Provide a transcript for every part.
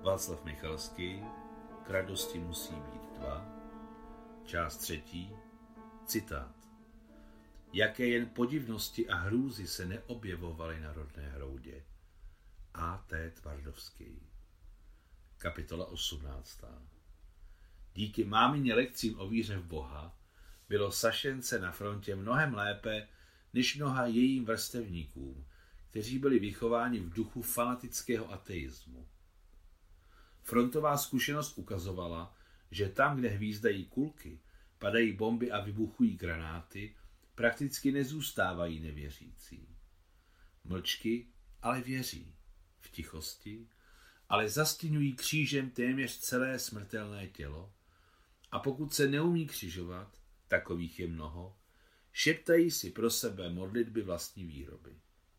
Václav Michalský, K radosti musí být dva, část 3, citát. Jaké jen podivnosti a hrůzy se neobjevovaly na rodné hroudě. A.T. Tvardovský. Kapitola 18. Díky mámině lekcím o víře v Boha bylo Sašence na frontě mnohem lépe než mnoha jejím vrstevníkům, kteří byli vychováni v duchu fanatického ateismu. Frontová zkušenost ukazovala, že tam, kde hvízdají kulky, padají bomby a vybuchují granáty, prakticky nezůstávají nevěřící. Mlčky ale věří, v tichosti, ale zastěňují křížem téměř celé smrtelné tělo a pokud se neumí křižovat, takových je mnoho, šeptají si pro sebe modlitby vlastní výroby.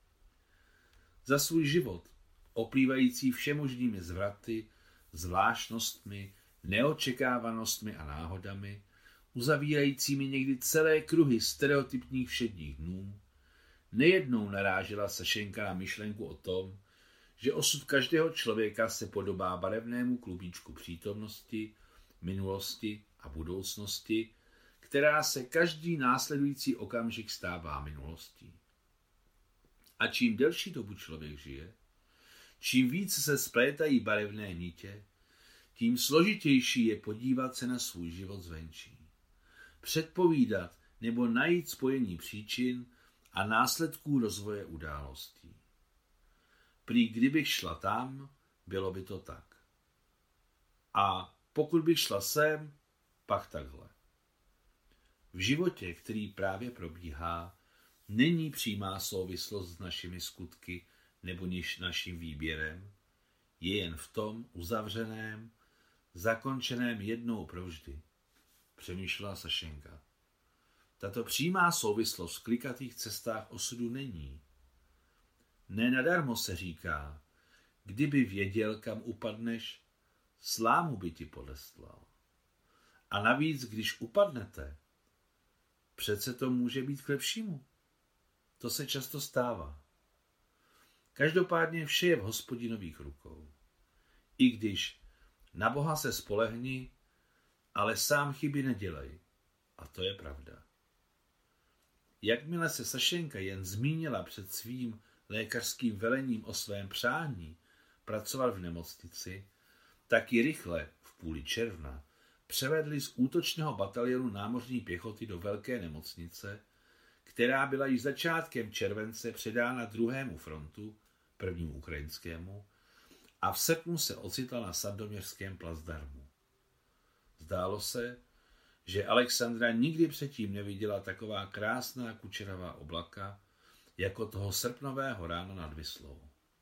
Za svůj život, oplývající všemožnými zvraty, zvláštnostmi, neočekávanostmi a náhodami, uzavírajícími někdy celé kruhy stereotypních všedních dnů, nejednou narážela Sašenka na myšlenku o tom, že osud každého člověka se podobá barevnému klubíčku přítomnosti, minulosti a budoucnosti, která se každý následující okamžik stává minulostí. A čím delší dobu člověk žije, čím víc se splétají barevné nitě, tím složitější je podívat se na svůj život zvenčí. Předpovídat nebo najít spojení příčin a následků rozvoje událostí. Prý kdybych šla tam, bylo by to tak. A pokud bych šla sem, pak takhle. V životě, který právě probíhá, není přímá souvislost s našimi skutky nebo naším výběrem, je jen v tom uzavřeném, zakončeném jednou provždy, přemýšlela Sašenka. Tato přímá souvislost v klikatých cestách osudu není. Nenadarmo se říká, kdyby věděl, kam upadneš, slámu by ti podestlal. A navíc, když upadnete, přece to může být k lepšímu. To se často stává. Každopádně vše je v Hospodinových rukou. I když na Boha se spolehni, ale sám chyby nedělej. A to je pravda. Jakmile se Sašenka jen zmínila před svým lékařským velením o svém přání pracovat v nemocnici, tak ji rychle v půli června převedli z útočného batalionu námořní pěchoty do velké nemocnice, která byla již začátkem července předána druhému frontu, prvnímu ukrajinskému, a v srpnu se ocitla na Sandomierském plazdarmu. Zdálo se, že Alexandra nikdy předtím neviděla taková krásná kučeravá oblaka, jako toho srpnového rána nad Vislou.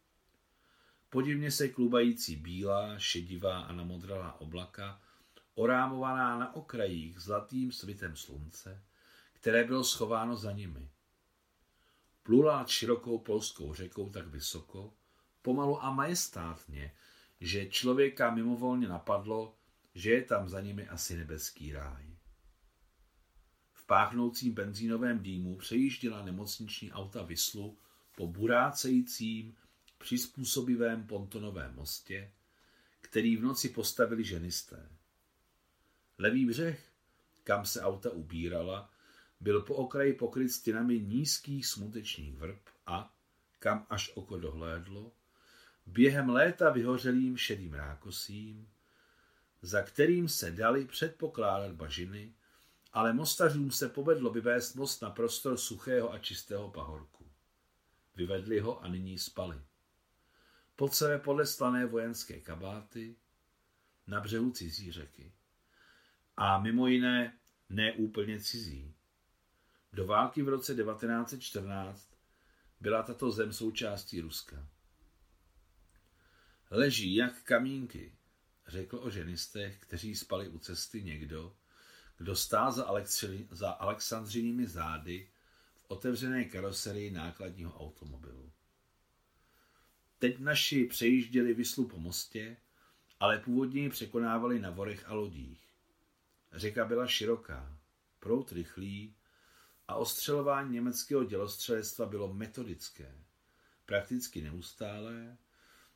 Podivně se klubající bílá, šedivá a namodralá oblaka, orámovaná na okrajích zlatým svitem slunce, které bylo schováno za nimi. Plula nad širokou polskou řekou tak vysoko, pomalu a majestátně, že člověka mimovolně napadlo, že je tam za nimi asi nebeský ráj. V páchnoucím benzínovém dýmu přejížděla nemocniční auta Vislu po burácejícím, přizpůsobivém pontonovém mostě, který v noci postavili ženisté. Levý břeh, kam se auta ubírala, byl po okraji pokryt stěnami nízkých smutečních vrb a, kam až oko dohlédlo, během léta vyhořelým šedým rákosím, za kterým se dali předpokládat bažiny, ale mostařům se povedlo vyvést most na prostor suchého a čistého pahorku. Vyvedli ho a nyní spali. Pod sebe podleslané vojenské kabáty, na břehu cizí řeky. A mimo jiné ne úplně cizí. Do války v roce 1914 byla tato zem součástí Ruska. Leží jak kamínky, řekl o ženistech, kteří spali u cesty někdo, kdo stál za Alexandřinými zády v otevřené karoserii nákladního automobilu. Teď naši přejížděli Vislu po mostě, ale původně ji překonávali na vorech a lodích. Řeka byla široká, proud rychlý a ostřelování německého dělostřelectva bylo metodické, prakticky neustálé,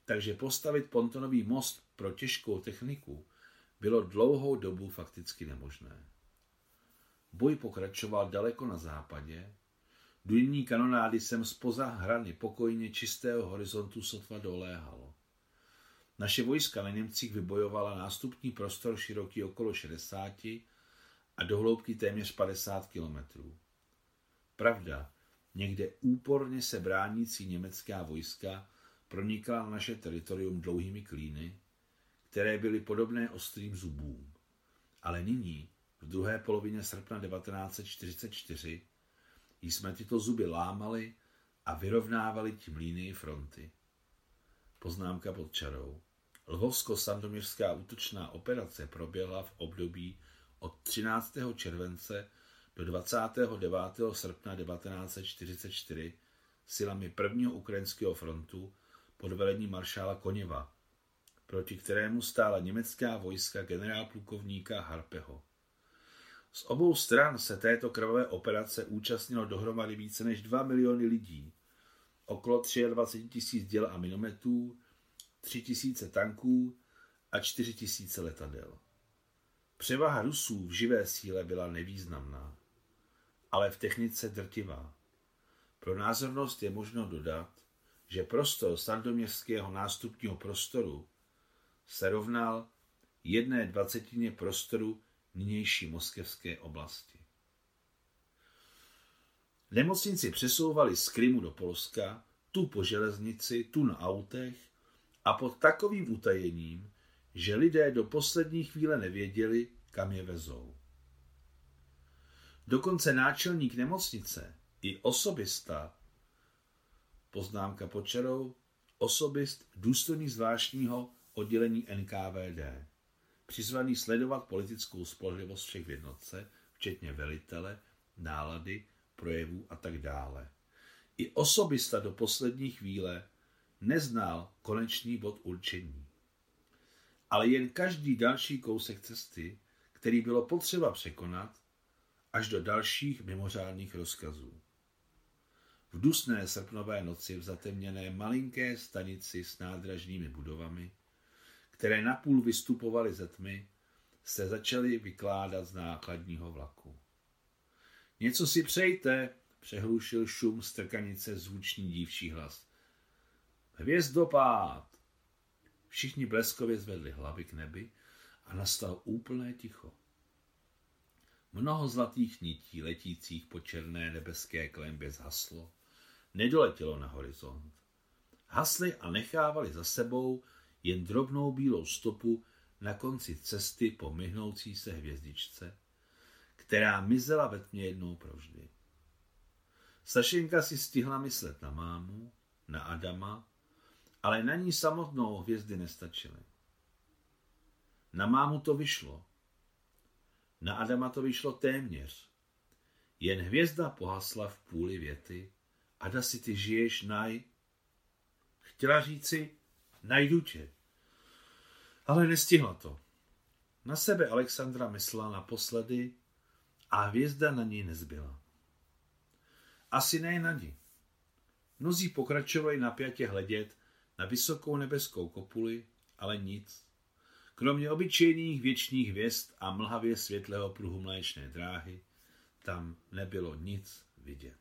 takže postavit pontonový most pro těžkou techniku bylo dlouhou dobu fakticky nemožné. Boj pokračoval daleko na západě, dunění kanonády sem zpoza hrany pokojně čistého horizontu sotva doléhalo. Naše vojska na Němcích vybojovala nástupní prostor široký okolo 60 a do hloubky téměř 50 kilometrů. Pravda, někde úporně se bránící německá vojska pronikla na naše teritorium dlouhými klíny, které byly podobné ostrým zubům. Ale nyní, v druhé polovině srpna 1944, jsme tyto zuby lámali a vyrovnávali tím línii fronty. Poznámka pod čarou. Lvovsko-sandomírská útočná operace proběhla v období od 13. července do 29. srpna 1944 silami 1. ukrajinského frontu pod velením maršála Koněva, proti kterému stála německá vojska generálplukovníka Harpeho. Z obou stran se této krvavé operace účastnilo dohromady více než 2 miliony lidí, okolo 23 000 děl a minometů, 3 000 tanků a 4 000 letadel. Převaha Rusů v živé síle byla nevýznamná, ale v technice drtivá. Pro názornost je možno dodat, že prostor sandomierského nástupního prostoru se rovnal 1/20 prostoru nynější moskevské oblasti. Nemocnici přesouvali z Krymu do Polska, tu po železnici, tu na autech a pod takovým utajením, že lidé do poslední chvíle nevěděli, kam je vezou. Dokonce náčelník nemocnice i osobista, poznámka pod čarou, osobist důstojník zvláštního oddělení NKVD, přizvaný sledovat politickou spolehlivost všech v jednotce, včetně velitele, nálady, projevů a tak dále. I osobista do poslední chvíle neznal konečný bod určení. Ale jen každý další kousek cesty, který bylo potřeba překonat, až do dalších mimořádných rozkazů. V dusné srpnové noci v zatemněné malinké stanici s nádražními budovami, které napůl vystupovaly ze tmy, se začaly vykládat z nákladního vlaku. Něco si přejte, přehlušil šum strkanice zvučný dívčí hlas. Hvězdopád! Všichni bleskově zvedli hlavy k nebi a nastalo úplné ticho. Mnoho zlatých nití letících po černé nebeské klenbě zhaslo, nedoletělo na horizont. Hasly a nechávali za sebou jen drobnou bílou stopu na konci cesty po myhnoucí se hvězdičce, která mizela ve tmě jednou provždy. Sašenka si stihla myslet na mámu, na Adama, ale na ní samotnou hvězdy nestačily. Na mámu to vyšlo. Na Adama to vyšlo téměř. Jen hvězda pohasla v půli věty. Ada, si ty žiješ Chtěla říci, najdu tě. Ale nestihla to. Na sebe Alexandra myslela naposledy a hvězda na ní nezbyla. Asi ne Nadi. Mnozí pokračovali napjatě hledět na vysokou nebeskou kopuli, ale nic. Kromě obyčejných věčných hvězd a mlhavě světlého pruhu Mléčné dráhy, tam nebylo nic vidět.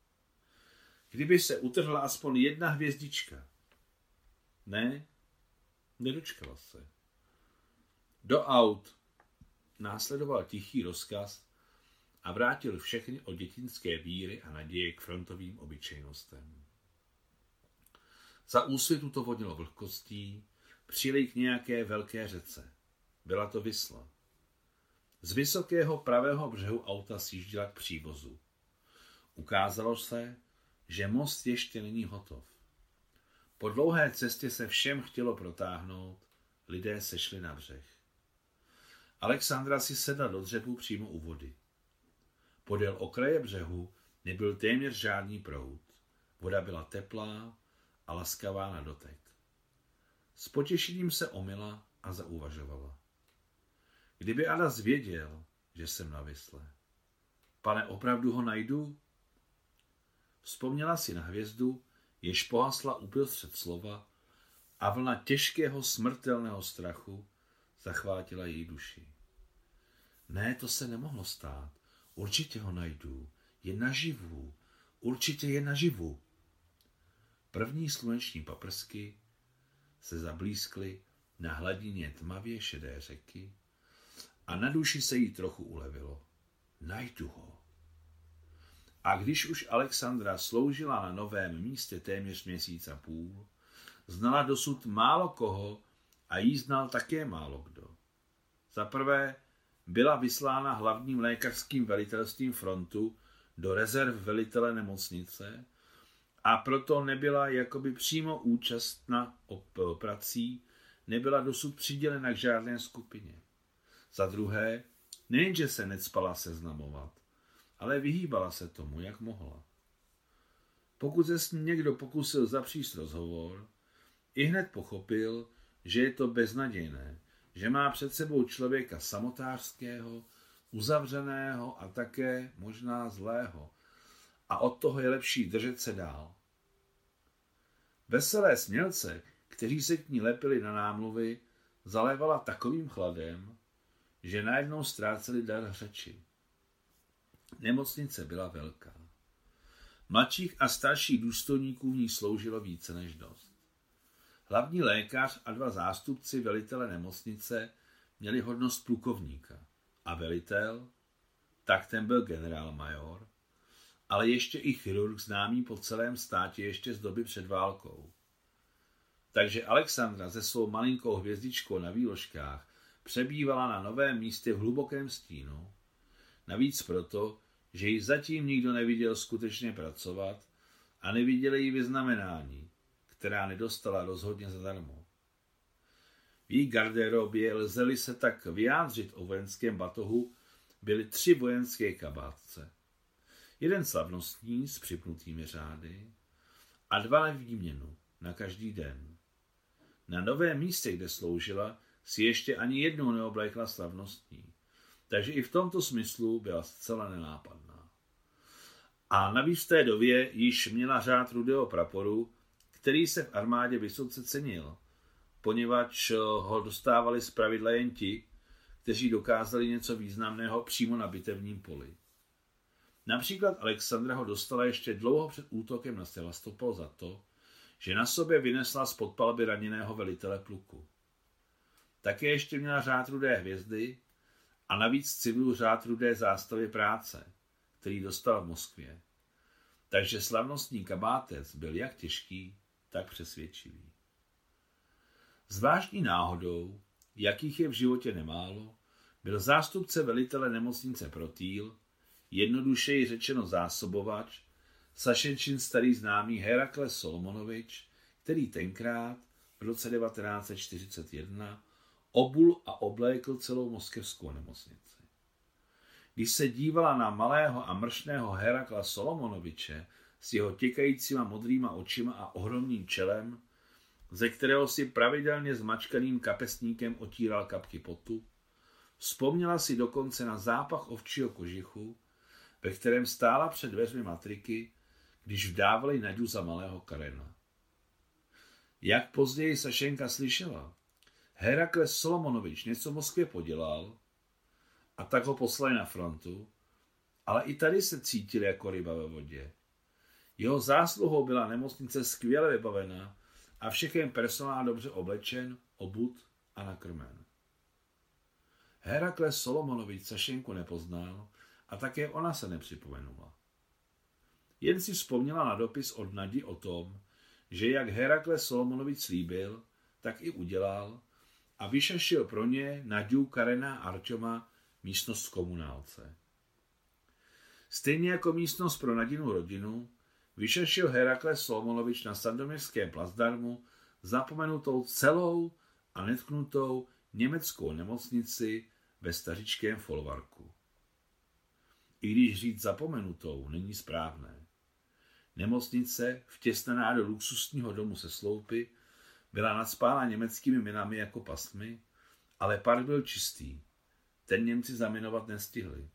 Kdyby se utrhla aspoň jedna hvězdička. Ne, nedočkala se. Do aut následoval tichý rozkaz a vrátil všechny od dětinské víry a naděje k frontovým obyčejnostem. Za úsvitu to vodilo vlhkostí, přijeli k nějaké velké řece. Byla to Visla. Z vysokého pravého břehu auta sjížděla k přívozu. Ukázalo se, že most ještě není hotov. Po dlouhé cestě se všem chtělo protáhnout, lidé sešli na břeh. Alexandra si sedla do dřepu přímo u vody. Podél okraje břehu nebyl téměř žádný proud. Voda byla teplá a laskavá na dotek. S potěšením se omyla a zauvažovala. Kdyby Ada zvěděl, že jsem na Visle. Pane, opravdu ho najdu? Vzpomněla si na hvězdu, jež pohasla uprostřed slova a vlna těžkého smrtelného strachu zachvátila její duši. Ne, to se nemohlo stát. Určitě ho najdu. Je naživu. Určitě je naživu. První sluneční paprsky se zablískly na hladině tmavě šedé řeky a na duši se jí trochu ulevilo. Najdu ho. A když už Alexandra sloužila na novém místě téměř měsíc a půl, znala dosud málo koho a jí znal také málo kdo. Za prvé byla vyslána hlavním lékařským velitelstvím frontu do rezerv velitele nemocnice a proto nebyla jakoby přímo účastna prací, nebyla dosud přidělena k žádné skupině. Za druhé, nejenže se necpala seznamovat, ale vyhýbala se tomu, jak mohla. Pokud se s ní někdo pokusil zapříst rozhovor, ihned pochopil, že je to beznadějné, že má před sebou člověka samotářského, uzavřeného a také možná zlého. A od toho je lepší držet se dál. Veselé smělce, kteří se k ní lepili na námluvy, zalévala takovým chladem, že najednou ztráceli dar řeči. Nemocnice byla velká. Mladších a starších důstojníků v ní sloužilo více než dost. Hlavní lékař a 2 zástupci velitele nemocnice měli hodnost plukovníka a velitel, tak ten byl generálmajor, ale ještě i chirurg známý po celém státě ještě z doby před válkou. Takže Alexandra se svou malinkou hvězdičkou na výložkách přebývala na novém místě v hlubokém stínu, navíc proto, že ji zatím nikdo neviděl skutečně pracovat a neviděl její vyznamenání, která nedostala rozhodně zadarmo. V její garderobě, lze-li se tak vyjádřit o vojenském batohu, byly 3 vojenské kabátce. Jeden slavnostní s připnutými řády a 2 na výměnu na každý den. Na novém místě, kde sloužila, si ještě ani jednou neoblékla slavnostní, takže i v tomto smyslu byla zcela nenápadná. A navíc v té době již měla řád rudého praporu, který se v armádě vysoce cenil, poněvadž ho dostávali zpravidla jen ti, kteří dokázali něco významného přímo na bitevním poli. Například Alexandra ho dostala ještě dlouho před útokem na Sevastopol za to, že na sobě vynesla spod palby raněného velitele pluku. Také ještě měla řád rudé hvězdy a navíc civilu řád rudé zástavy práce, který dostal v Moskvě. Takže slavnostní kabátec byl jak těžký, tak přesvědčivý. Zvláštní náhodou, jakých je v životě nemálo, byl zástupce velitele nemocnice Protýl, jednodušeji řečeno zásobovač, Sašenčin starý známý Herakles Solomonovič, který tenkrát v roce 1941 obul a oblékl celou moskevskou nemocnici. Když se dívala na malého a mršného Herakla Solomonoviče s jeho těkajícíma modrýma očima a ohromným čelem, ze kterého si pravidelně zmačkaným kapesníkem otíral kapky potu, vzpomněla si dokonce na zápach ovčího kožichu, ve kterém stála před dveřmi matriky, když vdávali Naďu za malého Karena. Jak později Sašenka slyšela, Herakles Solomonovič něco v Moskvě podělal a tak ho poslali na frontu, ale i tady se cítil jako ryba ve vodě. Jeho zásluhou byla nemocnice skvěle vybavená a všechen personál dobře oblečen, obut a nakrmen. Herakles Solomonovič Sašenku nepoznal a také ona se nepřipomenula. Jen si vzpomněla na dopis od Nadi o tom, že jak Herakles Solomonovič slíbil, tak i udělal a vyšašil pro ně Naďu, Karena a Arťoma místnost v komunálce. Stejně jako místnost pro Nadinu rodinu vyšašil Herakles Solomonovič na Sandomierském placdarmu zapomenutou celou a netknutou německou nemocnici ve stařičkém folvarku. I když říct zapomenutou není správné. Nemocnice, vtěsnaná do luxusního domu se sloupy, byla nacpána německými minami jako pasmy, ale park byl čistý. Ten Němci zaminovat nestihli.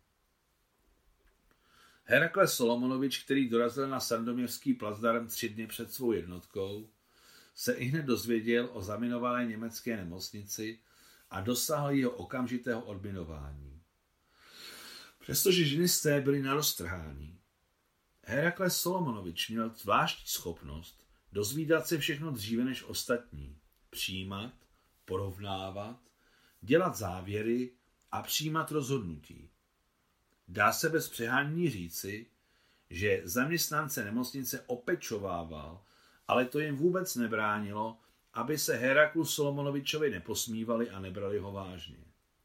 Herakles Solomonovič, který dorazil na Sandomierský placdarm 3 dny před svou jednotkou, se ihned dozvěděl o zaminované německé nemocnici a dosáhl jeho okamžitého odminování. Přestože ženisté byli na roztrhání, Herakles Solomonovič měl zvláštní schopnost dozvídat se všechno dříve než ostatní, přijímat, porovnávat, dělat závěry a přijímat rozhodnutí. Dá se bez přehánění říci, že zaměstnance nemocnice opečovával, ale to jim vůbec nebránilo, aby se Heraklu Solomonovičovi neposmívali a nebrali ho vážně.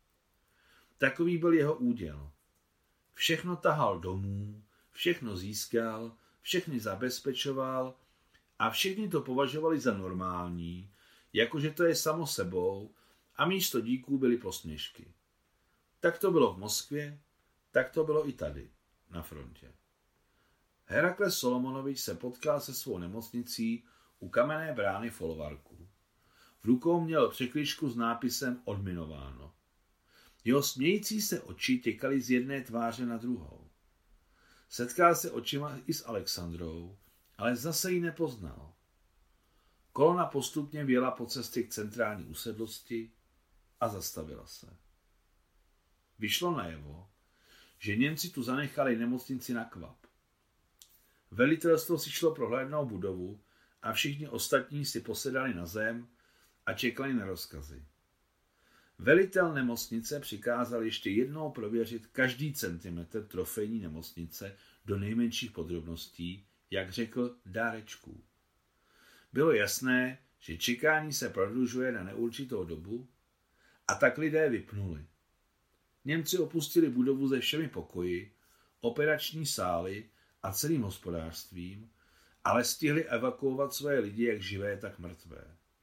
Takový byl jeho úděl. Všechno tahal domů, všechno získal, všechny zabezpečoval a všichni to považovali za normální, jakože to je samo sebou a místo díků byly posměšky. Tak to bylo v Moskvě, tak to bylo i tady, na frontě. Herakles Solomonovič se potkal se svou nemocnicí u kamenné brány folvarku. V rukou měl překližku s nápisem Odminováno. Jeho smějící se oči těkaly z jedné tváře na druhou. Setkal se očima i s Alexandrou, ale zase ji nepoznal. Kolona postupně vjela po cestě k centrální usedlosti a zastavila se. Vyšlo najevo, že Němci tu zanechali nemocnici na kvap. Velitelstvo si šlo prohlédnout budovu a všichni ostatní si posedali na zem a čekali na rozkazy. Velitel nemocnice přikázal ještě jednou prověřit každý centimetr trofejní nemocnice do nejmenších podrobností, jak řekl, dárečků. Bylo jasné, že čekání se prodlužuje na neurčitou dobu a tak lidé vypnuli. Němci opustili budovu se všemi pokoji, operační sály a celým hospodářstvím, ale stihli evakuovat své lidi jak živé, tak mrtvé.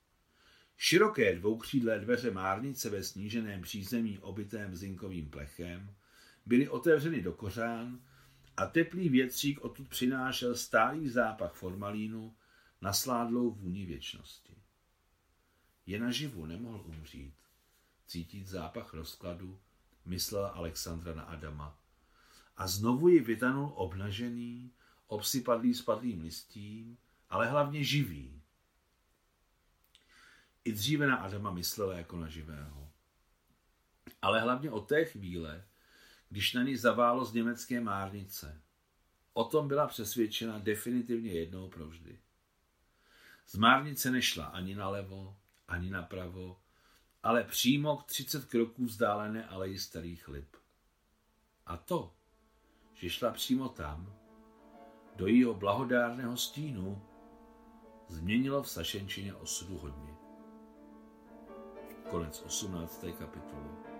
Široké dvoukřídlé dveře márnice ve sníženém přízemí obitém zinkovým plechem byly otevřeny do kořán a teplý větřík odtud přinášel stálý zápach formalínu nasládlou vůni věčnosti. Je naživu, nemohl umřít. Cítit zápach rozkladu, myslela Alexandra na Adama. A znovu ji vytanul obnažený, obsypadlý spadlým listím, ale hlavně živý. I dříve na Adama myslela jako na živého. Ale hlavně od té chvíle, když na ní zaválo z německé márnice. O tom byla přesvědčena definitivně jednou provždy. Z márnice nešla ani nalevo, ani napravo, ale přímo k 30 kroků vzdálené aleji starých lip. A to, že šla přímo tam, do jejího blahodárného stínu, změnilo v Sašenčině osudu hodně. Konec 18. kapitoly.